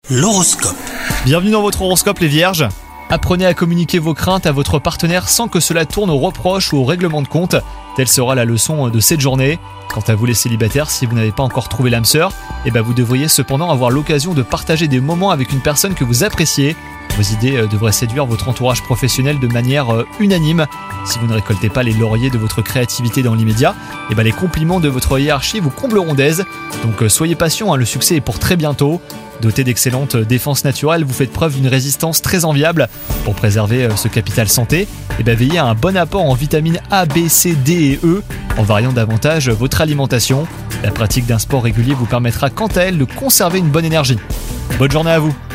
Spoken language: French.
L'horoscope. Bienvenue dans votre horoscope les vierges. Apprenez à communiquer vos craintes à votre partenaire sans que cela tourne aux reproches ou au règlement de compte. Telle sera la leçon de cette journée. Quant à vous les célibataires, si vous n'avez pas encore trouvé l'âme sœur, vous devriez cependant avoir l'occasion de partager des moments avec une personne que vous appréciez. Vos idées devraient séduire votre entourage professionnel de manière unanime. Si vous ne récoltez pas les lauriers de votre créativité dans l'immédiat, les compliments de votre hiérarchie vous combleront d'aise. Donc soyez patient, le succès est pour très bientôt. Doté d'excellentes défenses naturelles, vous faites preuve d'une résistance très enviable. Pour préserver ce capital santé, veillez à un bon apport en vitamines A, B, C, D et E, en variant davantage votre alimentation. La pratique d'un sport régulier vous permettra quant à elle de conserver une bonne énergie. Bonne journée à vous!